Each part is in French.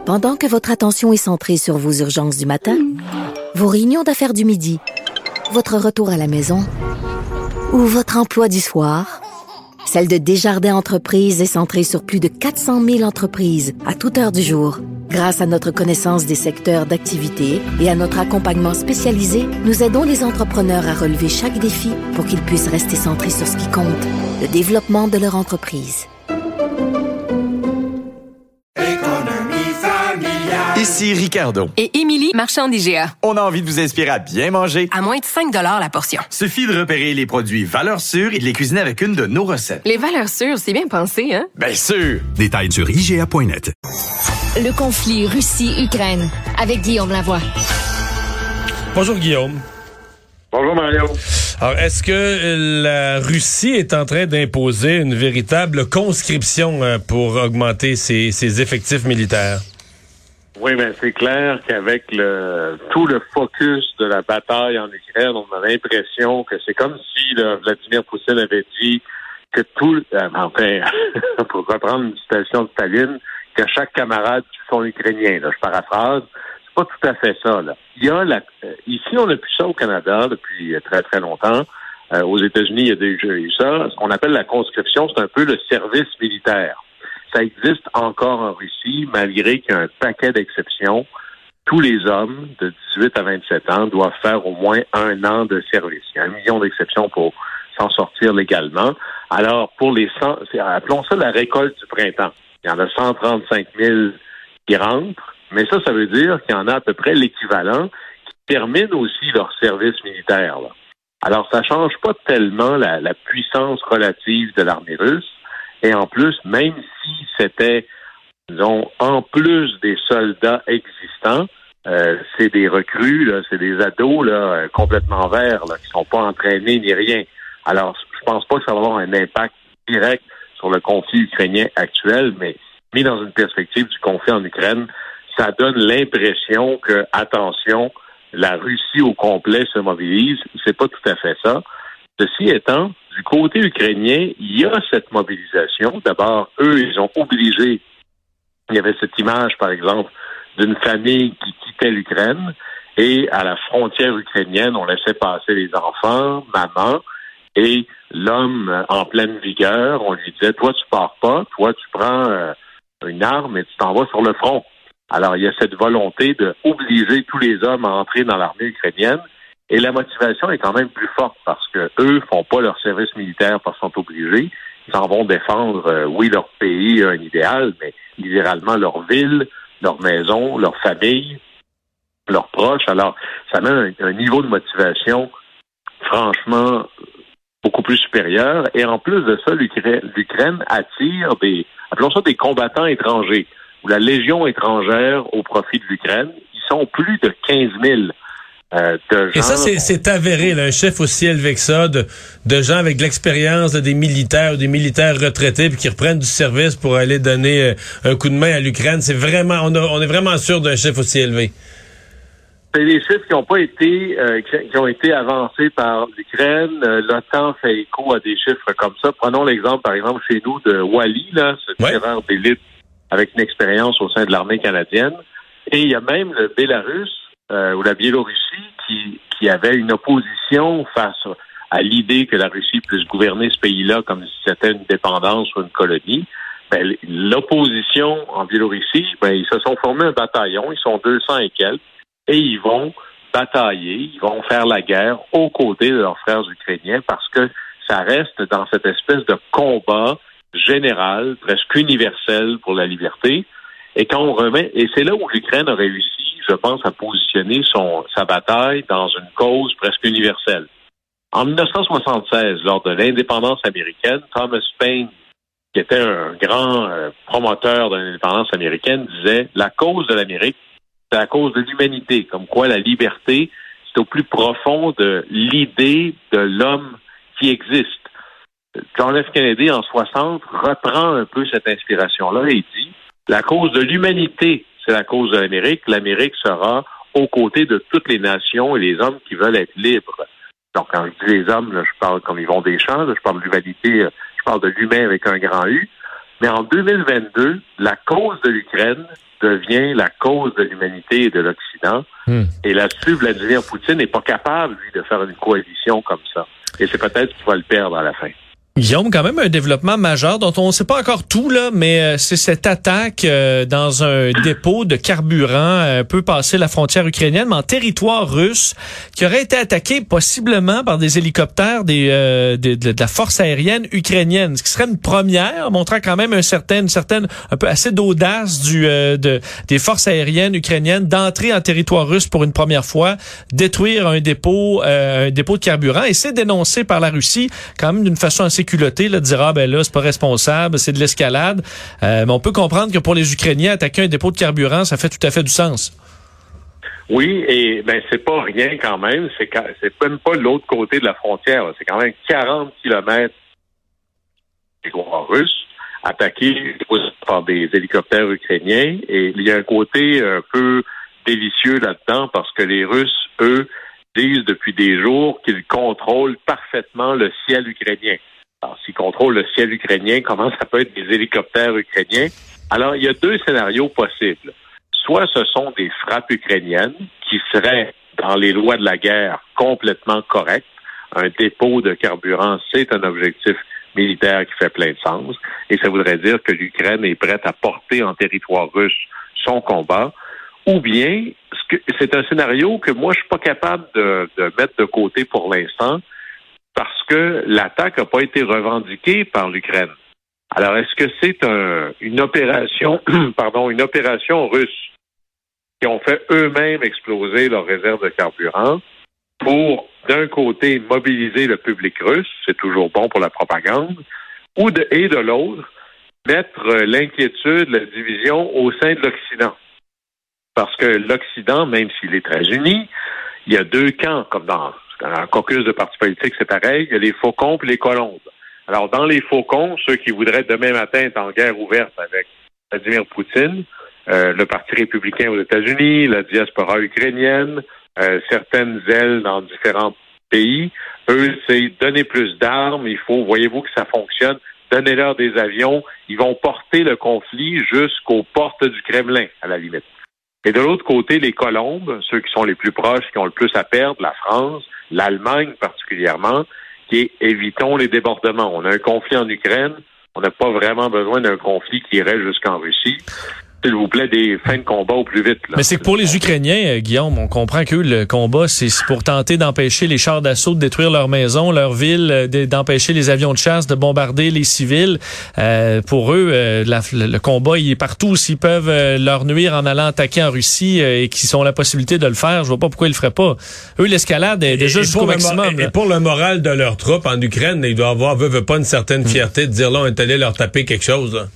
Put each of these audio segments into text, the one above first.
Pendant que votre attention est centrée sur vos urgences du matin, vos réunions d'affaires du midi, votre retour à la maison ou votre emploi du soir, celle de Desjardins Entreprises est centrée sur plus de 400 000 entreprises à toute heure du jour. Grâce à notre connaissance des secteurs d'activité et à notre accompagnement spécialisé, nous aidons les entrepreneurs à relever chaque défi pour qu'ils puissent rester centrés sur ce qui compte, le développement de leur entreprise. Ici Ricardo. Et Émilie, marchand d'IGA. On a envie de vous inspirer à bien manger. À moins de 5 $ la portion. Suffit de repérer les produits valeurs sûres et de les cuisiner avec une de nos recettes. Les valeurs sûres, c'est bien pensé, hein? Bien sûr! Détails sur IGA.net. Le conflit Russie-Ukraine avec Guillaume Lavoie. Bonjour Guillaume. Bonjour Mario. Alors, est-ce que la Russie est en train d'imposer une véritable conscription pour augmenter ses effectifs militaires? Oui, mais c'est clair qu'avec tout le focus de la bataille en Ukraine, on a l'impression que c'est comme si Vladimir Poutine avait dit que pour reprendre une citation de Staline, que chaque camarade tue son Ukrainien. Là, je paraphrase. C'est pas tout à fait ça. Là. Il y a ici, on a plus ça au Canada depuis très, très longtemps. Aux États-Unis, il y a déjà eu ça. Ce qu'on appelle la conscription, c'est un peu le service militaire. Ça existe encore en Russie, malgré qu'il y a un paquet d'exceptions. Tous les hommes de 18 à 27 ans doivent faire au moins 1 an de service. Il y a 1 million d'exceptions pour s'en sortir légalement. Alors, pour appelons ça la récolte du printemps. Il y en a 135 000 qui rentrent, mais ça veut dire qu'il y en a à peu près l'équivalent qui terminent aussi leur service militaire. Là. Alors, ça change pas tellement la puissance relative de l'armée russe. Et en plus, même si c'était, disons, en plus des soldats existants, c'est des recrues, là, c'est des ados là, complètement verts, là, qui sont pas entraînés ni rien. Alors, je pense pas que ça va avoir un impact direct sur le conflit ukrainien actuel, mais mis dans une perspective du conflit en Ukraine, ça donne l'impression que, attention, la Russie au complet se mobilise. C'est pas tout à fait ça. Ceci étant, du côté ukrainien, il y a cette mobilisation. D'abord, eux, ils ont obligé. Il y avait cette image, par exemple, d'une famille qui quittait l'Ukraine et à la frontière ukrainienne, on laissait passer les enfants, maman, et l'homme en pleine vigueur, on lui disait, toi, tu pars pas, toi, tu prends une arme et tu t'en vas sur le front. Alors, il y a cette volonté d'obliger tous les hommes à entrer dans l'armée ukrainienne. Et la motivation est quand même plus forte parce que eux font pas leur service militaire parce qu'ils sont obligés. Ils s'en vont défendre, oui, leur pays, un idéal, mais littéralement leur ville, leur maison, leur famille, leurs proches. Alors, ça met un niveau de motivation franchement beaucoup plus supérieur. Et en plus de ça, l'Ukraine attire appelons ça des combattants étrangers, ou la Légion étrangère au profit de l'Ukraine. Ils sont plus de 15 000. Et ça, c'est avéré, là, un chef aussi élevé que ça, de gens avec de l'expérience, des militaires ou des militaires retraités puis qui reprennent du service pour aller donner un coup de main à l'Ukraine. C'est vraiment, on est vraiment sûr d'un chef aussi élevé. C'est des chiffres qui ont été avancés par l'Ukraine. L'OTAN fait écho à des chiffres comme ça. Prenons l'exemple, par exemple, chez nous, de Wally, là, ce tireur d'élite avec une expérience au sein de l'armée canadienne. Et il y a même le Bélarus, ou la Biélorussie qui avait une opposition face à l'idée que la Russie puisse gouverner ce pays-là comme si c'était une dépendance ou une colonie. Ben, l'opposition en Biélorussie, ils se sont formés un bataillon, ils sont 200 et quelques, et ils vont batailler, ils vont faire la guerre aux côtés de leurs frères ukrainiens parce que ça reste dans cette espèce de combat général, presque universel pour la liberté. Et quand on remet, et c'est là où l'Ukraine a réussi, je pense, à positionner sa bataille dans une cause presque universelle. En 1976, lors de l'indépendance américaine, Thomas Paine, qui était un grand promoteur de l'indépendance américaine, disait « La cause de l'Amérique, c'est la cause de l'humanité », comme quoi la liberté, c'est au plus profond de l'idée de l'homme qui existe. John F. Kennedy, en 60, reprend un peu cette inspiration-là et dit « La cause de l'humanité, c'est la cause de l'Amérique. L'Amérique sera aux côtés de toutes les nations et les hommes qui veulent être libres. » Donc, quand je dis les hommes, là, je parle comme Yvon Deschamps, là, je parle de l'humanité, je parle de l'humain avec un grand U. Mais en 2022, la cause de l'Ukraine devient la cause de l'humanité et de l'Occident. Et là-dessus, Vladimir Poutine n'est pas capable, lui, de faire une coalition comme ça. Et c'est peut-être qu'il va le perdre à la fin. Guillaume, quand même un développement majeur dont on ne sait pas encore tout, là, mais c'est cette attaque dans un dépôt de carburant un peu passé la frontière ukrainienne, mais en territoire russe, qui aurait été attaqué possiblement par des hélicoptères de la force aérienne ukrainienne, ce qui serait une première, montrant quand même une certaine, un peu assez d'audace des forces aériennes ukrainiennes d'entrer en territoire russe pour une première fois, détruire un dépôt de carburant, et c'est dénoncé par la Russie quand même d'une façon assez culotté, là, de dire, là, c'est pas responsable, c'est de l'escalade. Mais on peut comprendre que pour les Ukrainiens, attaquer un dépôt de carburant, ça fait tout à fait du sens. Oui, et c'est pas rien quand même. C'est même pas l'autre côté de la frontière. C'est quand même 40 kilomètres des territoires russes attaqués par des hélicoptères ukrainiens. Et il y a un côté un peu délicieux là-dedans parce que les Russes, eux, disent depuis des jours qu'ils contrôlent parfaitement le ciel ukrainien. Alors, s'ils contrôlent le ciel ukrainien, comment ça peut être des hélicoptères ukrainiens? Alors, il y a deux scénarios possibles. Soit ce sont des frappes ukrainiennes qui seraient, dans les lois de la guerre, complètement correctes. Un dépôt de carburant, c'est un objectif militaire qui fait plein de sens. Et ça voudrait dire que l'Ukraine est prête à porter en territoire russe son combat. Ou bien, c'est un scénario que moi, je suis pas capable de mettre de côté pour l'instant, parce que l'attaque n'a pas été revendiquée par l'Ukraine. Alors, est-ce que c'est une opération russe qui ont fait eux-mêmes exploser leurs réserves de carburant pour, d'un côté, mobiliser le public russe, c'est toujours bon pour la propagande, et de l'autre, mettre l'inquiétude, la division au sein de l'Occident. Parce que l'Occident, même s'il est très uni, il y a deux camps, comme dans un caucus de partis politiques, c'est pareil, il y a les faucons et les colombes. Alors, dans les faucons, ceux qui voudraient demain matin être en guerre ouverte avec Vladimir Poutine, le Parti républicain aux États-Unis, la diaspora ukrainienne, certaines ailes dans différents pays, eux, c'est donner plus d'armes, voyez-vous que ça fonctionne, donnez-leur des avions, ils vont porter le conflit jusqu'aux portes du Kremlin, à la limite. Et de l'autre côté, les colombes, ceux qui sont les plus proches, qui ont le plus à perdre, la France, l'Allemagne particulièrement, qui est évitons les débordements. On a un conflit en Ukraine, on n'a pas vraiment besoin d'un conflit qui irait jusqu'en Russie. S'il vous plaît, des fins de combat au plus vite. Là. Mais c'est que pour les Ukrainiens, Guillaume, on comprend que le combat, c'est pour tenter d'empêcher les chars d'assaut de détruire leurs maisons, leurs villes, d'empêcher les avions de chasse de bombarder les civils. Pour eux, le combat, il est partout. S'ils peuvent leur nuire en allant attaquer en Russie et qu'ils ont la possibilité de le faire, je vois pas pourquoi ils le feraient pas. Eux, l'escalade est déjà jusqu'au maximum. Et pour le moral de leurs troupes en Ukraine, ils doivent avoir, veut pas, une certaine fierté de dire là, on est allé leur taper quelque chose, là.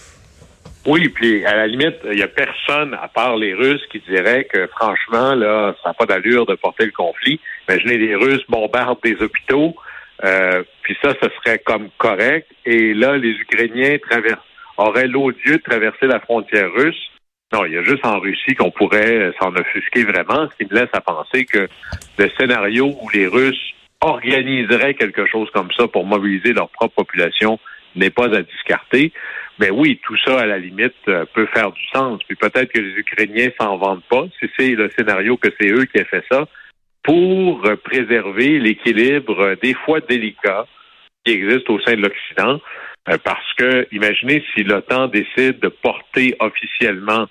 Oui, puis à la limite, il n'y a personne, à part les Russes, qui dirait que franchement, là, ça n'a pas d'allure de porter le conflit. Imaginez, les Russes bombardent des hôpitaux, puis ça serait comme correct. Et là, les Ukrainiens auraient l'odieux de traverser la frontière russe. Non, il y a juste en Russie qu'on pourrait s'en offusquer vraiment, ce qui me laisse à penser que le scénario où les Russes organiseraient quelque chose comme ça pour mobiliser leur propre population n'est pas à discarter. Mais oui, tout ça, à la limite, peut faire du sens. Puis peut-être que les Ukrainiens s'en vantent pas, si c'est le scénario que c'est eux qui aient fait ça, pour préserver l'équilibre des fois délicat qui existe au sein de l'Occident. Parce que, imaginez si l'OTAN décide de porter officiellement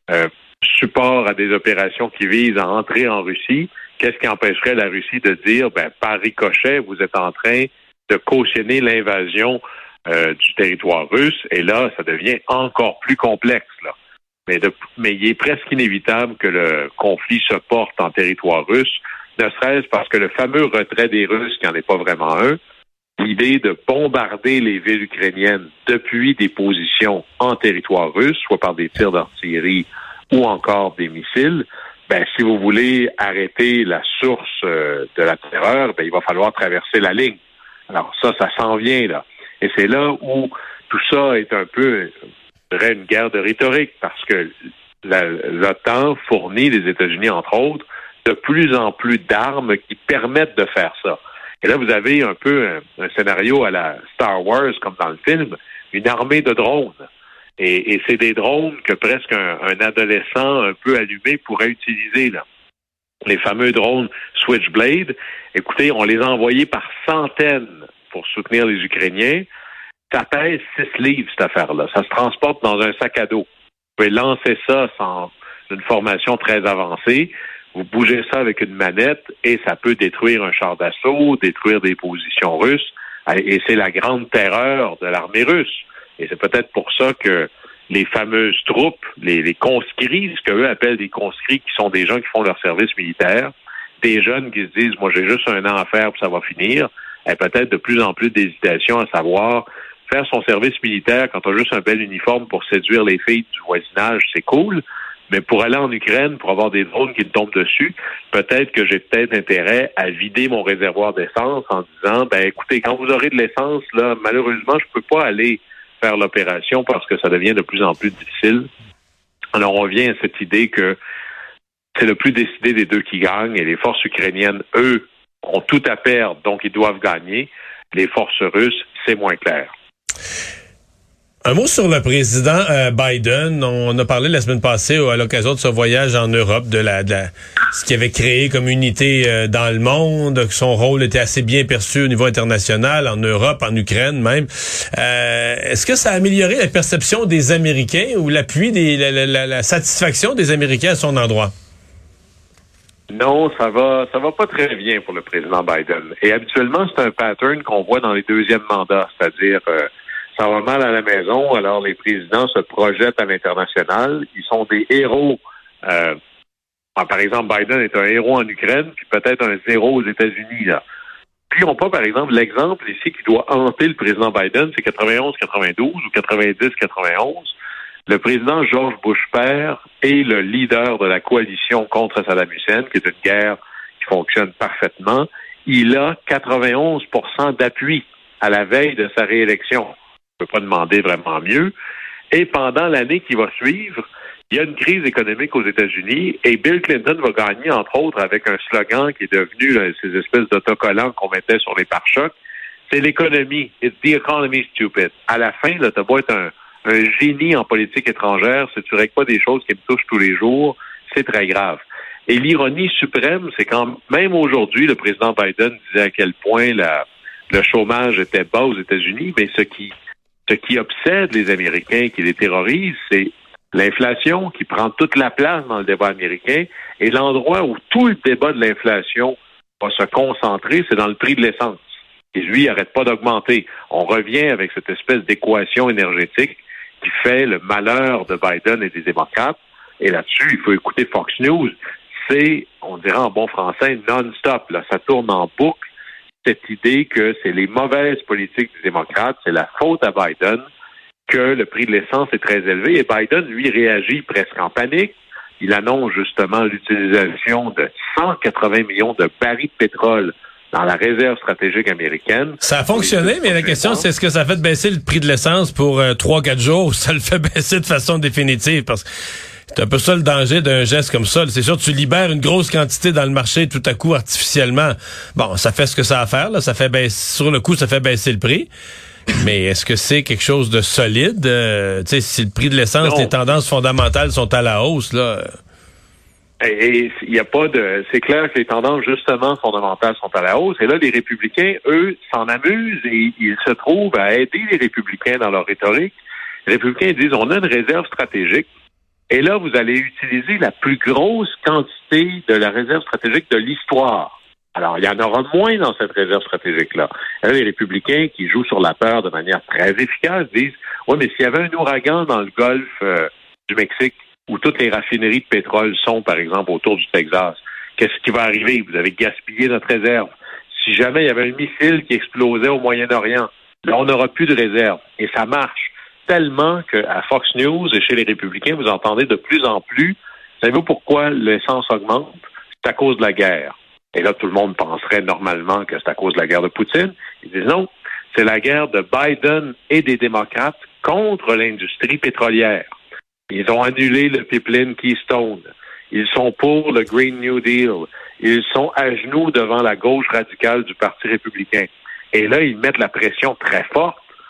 support à des opérations qui visent à entrer en Russie, qu'est-ce qui empêcherait la Russie de dire, par ricochet, vous êtes en train de cautionner l'invasion du territoire russe, et là, ça devient encore plus complexe, là. Mais il est presque inévitable que le conflit se porte en territoire russe, ne serait-ce parce que le fameux retrait des Russes, qui n'en est pas vraiment un, l'idée de bombarder les villes ukrainiennes depuis des positions en territoire russe, soit par des tirs d'artillerie ou encore des missiles, si vous voulez arrêter la source de la terreur, il va falloir traverser la ligne. Alors ça s'en vient, là. Et c'est là où tout ça est un peu, je dirais, une guerre de rhétorique, parce que l'OTAN fournit, les États-Unis entre autres, de plus en plus d'armes qui permettent de faire ça. Et là, vous avez un peu un scénario à la Star Wars, comme dans le film. une armée de drones. Et c'est des drones que presque un adolescent un peu allumé pourrait utiliser, là. Les fameux drones Switchblade. Écoutez, on les a envoyés par centaines pour soutenir les Ukrainiens. Ça pèse 6 livres, cette affaire-là. Ça se transporte dans un sac à dos. Vous pouvez lancer ça sans une formation très avancée. Vous bougez ça avec une manette et ça peut détruire un char d'assaut, détruire des positions russes. Et c'est la grande terreur de l'armée russe. Et c'est peut-être pour ça que les fameuses troupes, les conscrits, ce qu'eux appellent des conscrits, qui sont des gens qui font leur service militaire, des jeunes qui se disent « moi j'ai juste un an à faire puis ça va finir », et peut-être de plus en plus d'hésitation à savoir faire son service militaire quand on a juste un bel uniforme pour séduire les filles du voisinage, c'est cool, mais pour aller en Ukraine, pour avoir des drones qui me tombent dessus, peut-être que j'ai intérêt à vider mon réservoir d'essence en disant « ben écoutez, quand vous aurez de l'essence, là, malheureusement, je peux pas aller faire l'opération parce que ça devient de plus en plus difficile. » Alors, on revient à cette idée que c'est le plus décidé des deux qui gagne et les forces ukrainiennes, eux, ont tout à perdre, donc ils doivent gagner. Les forces russes, c'est moins clair. Un mot sur le président Biden. On a parlé la semaine passée à l'occasion de son voyage en Europe de ce qu'il avait créé comme unité dans le monde, que son rôle était assez bien perçu au niveau international, en Europe, en Ukraine même. Est-ce que ça a amélioré la perception des Américains ou l'appui la satisfaction des Américains à son endroit? Non, ça va pas très bien pour le président Biden. Et habituellement, c'est un pattern qu'on voit dans les deuxièmes mandats, c'est-à-dire ça va mal à la maison, alors les présidents se projettent à l'international. Ils sont des héros. Par exemple, Biden est un héros en Ukraine, puis peut-être un zéro aux États-Unis, là. Puis on pas, par exemple, l'exemple ici qui doit hanter le président Biden, c'est 91-92 ou 90-91. Le président George Bush père est le leader de la coalition contre Saddam Hussein, qui est une guerre qui fonctionne parfaitement. Il a 91% d'appui à la veille de sa réélection. On ne peut pas demander vraiment mieux. Et pendant l'année qui va suivre, il y a une crise économique aux États-Unis et Bill Clinton va gagner, entre autres, avec un slogan qui est devenu là, ces espèces d'autocollants qu'on mettait sur les pare-chocs. C'est l'économie. It's the economy, stupid. À la fin, là, t'as beau être un génie en politique étrangère, si tu règles pas des choses qui me touchent tous les jours, c'est très grave. Et l'ironie suprême, c'est quand même aujourd'hui, le président Biden disait à quel point le chômage était bas aux États-Unis, mais ce qui obsède les Américains, qui les terrorise, c'est l'inflation qui prend toute la place dans le débat américain. Et l'endroit où tout le débat de l'inflation va se concentrer, c'est dans le prix de l'essence. Et lui, il n'arrête pas d'augmenter. On revient avec cette espèce d'équation énergétique qui fait le malheur de Biden et des démocrates. Et là-dessus, il faut écouter Fox News. C'est, on dirait en bon français, non-stop. Là, ça tourne en boucle. Cette idée que c'est les mauvaises politiques des démocrates, c'est la faute à Biden, que le prix de l'essence est très élevé. Et Biden, lui, réagit presque en panique. Il annonce justement l'utilisation de 180 millions de barils de pétrole dans la réserve stratégique américaine. Ça a fonctionné, mais la question, c'est est-ce que ça a fait baisser le prix de l'essence pour 3-4 jours ou ça le fait baisser de façon définitive? Parce que c'est un peu ça le danger d'un geste comme ça. C'est sûr, tu libères une grosse quantité dans le marché tout à coup artificiellement. Bon, ça fait ce que ça a à faire, là. Ça fait baisser, sur le coup, ça fait baisser le prix. Mais est-ce que c'est quelque chose de solide? Tu sais, si le prix de l'essence, les tendances fondamentales sont à la hausse, là. Et il n'y a pas de. C'est clair que les tendances, justement, fondamentales sont à la hausse. Et là, les républicains, eux, s'en amusent et ils se trouvent à aider les républicains dans leur rhétorique. Les républicains disent on a une réserve stratégique. Et là, vous allez utiliser la plus grosse quantité de la réserve stratégique de l'histoire. Alors, il y en aura moins dans cette réserve stratégique-là. Et là, les républicains qui jouent sur la peur de manière très efficace disent oui, mais s'il y avait un ouragan dans le golfe du Mexique, où toutes les raffineries de pétrole sont, par exemple, autour du Texas, qu'est-ce qui va arriver? Vous avez gaspillé notre réserve. Si jamais il y avait un missile qui explosait au Moyen-Orient, là, on n'aura plus de réserve. Et ça marche tellement qu'à Fox News et chez les républicains, vous entendez de plus en plus, savez-vous pourquoi l'essence augmente? C'est à cause de la guerre. Et là, tout le monde penserait normalement que c'est à cause de la guerre de Poutine. Ils disent non, c'est la guerre de Biden et des démocrates contre l'industrie pétrolière. Ils ont annulé le pipeline Keystone. Ils sont pour le Green New Deal. Ils sont à genoux devant la gauche radicale du Parti républicain. Et là, ils mettent la pression très forte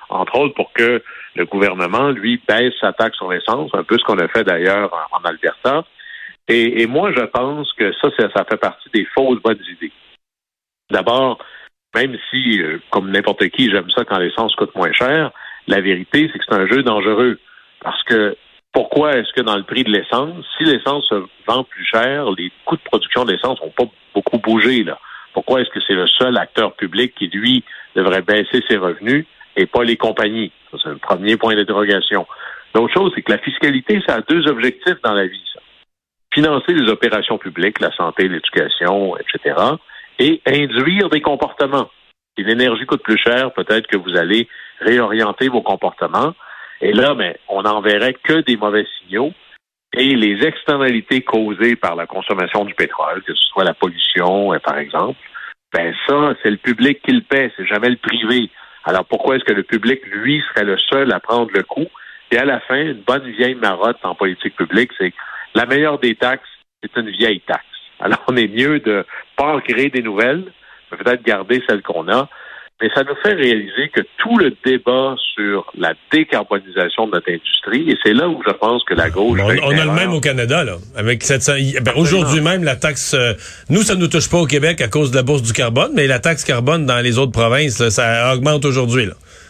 entre autres pour que le gouvernement, lui, baisse sa taxe sur l'essence, un peu ce qu'on a fait d'ailleurs en Alberta. Et moi, je pense que ça fait partie des fausses bonnes idées. D'abord, même si, comme n'importe qui, j'aime ça quand l'essence coûte moins cher, la vérité, c'est que c'est un jeu dangereux. Parce que pourquoi est-ce que dans le prix de l'essence, si l'essence se vend plus cher, les coûts de production de l'essence n'ont pas beaucoup bougé, là? Pourquoi est-ce que c'est le seul acteur public qui, lui, devrait baisser ses revenus et pas les compagnies? Ça, c'est un premier point d'interrogation. L'autre chose, c'est que la fiscalité, ça a deux objectifs dans la vie, ça. Financer les opérations publiques, la santé, l'éducation, etc., et induire des comportements. Si l'énergie coûte plus cher, peut-être que vous allez réorienter vos comportements. Et là, on n'enverrait que des mauvais signaux. Et les externalités causées par la consommation du pétrole, que ce soit la pollution, par exemple, ça, c'est le public qui le paie, c'est jamais le privé. Alors pourquoi est-ce que le public, lui, serait le seul à prendre le coup? Et à la fin, une bonne vieille marotte en politique publique, c'est que la meilleure des taxes, c'est une vieille taxe. Alors on est mieux de pas en créer des nouvelles, mais peut-être garder celles qu'on a. Mais ça nous fait réaliser que tout le débat sur la décarbonisation de notre industrie, et c'est là où je pense que la gauche... On a le même au Canada, là. Avec aujourd'hui même, la taxe... nous, ça ne nous touche pas au Québec à cause de la bourse du carbone, mais la taxe carbone dans les autres provinces, là, ça augmente aujourd'hui, là.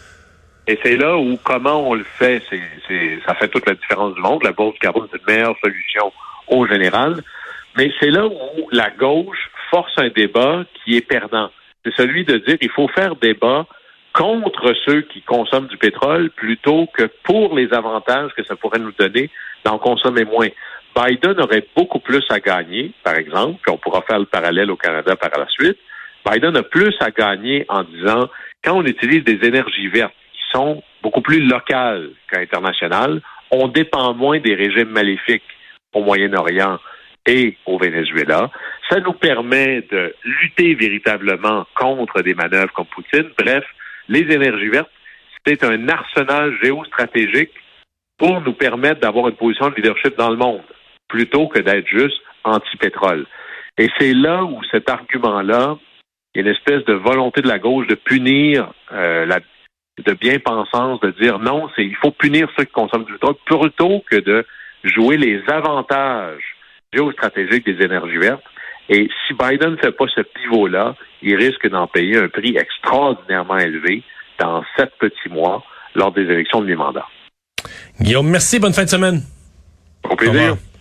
Et c'est là où, comment on le fait, ça fait toute la différence du monde. La bourse du carbone, c'est une meilleure solution au général. Mais c'est là où la gauche force un débat qui est perdant. C'est celui de dire qu'il faut faire débat contre ceux qui consomment du pétrole plutôt que pour les avantages que ça pourrait nous donner d'en consommer moins. Biden aurait beaucoup plus à gagner, par exemple, puis on pourra faire le parallèle au Canada par la suite. Biden a plus à gagner en disant, quand on utilise des énergies vertes qui sont beaucoup plus locales qu'internationales, on dépend moins des régimes maléfiques au Moyen-Orient et au Venezuela. Ça nous permet de lutter véritablement contre des manœuvres comme Poutine. Bref, les énergies vertes, c'est un arsenal géostratégique pour nous permettre d'avoir une position de leadership dans le monde, plutôt que d'être juste anti-pétrole. Et c'est là où cet argument-là, il y a une espèce de volonté de la gauche de punir de bien-pensance, de dire non, il faut punir ceux qui consomment du pétrole plutôt que de jouer les avantages géostratégiques des énergies vertes. Et si Biden ne fait pas ce pivot-là, il risque d'en payer un prix extraordinairement élevé dans 7 petits mois lors des élections de mi-mandat. Guillaume, merci. Bonne fin de semaine. Au plaisir.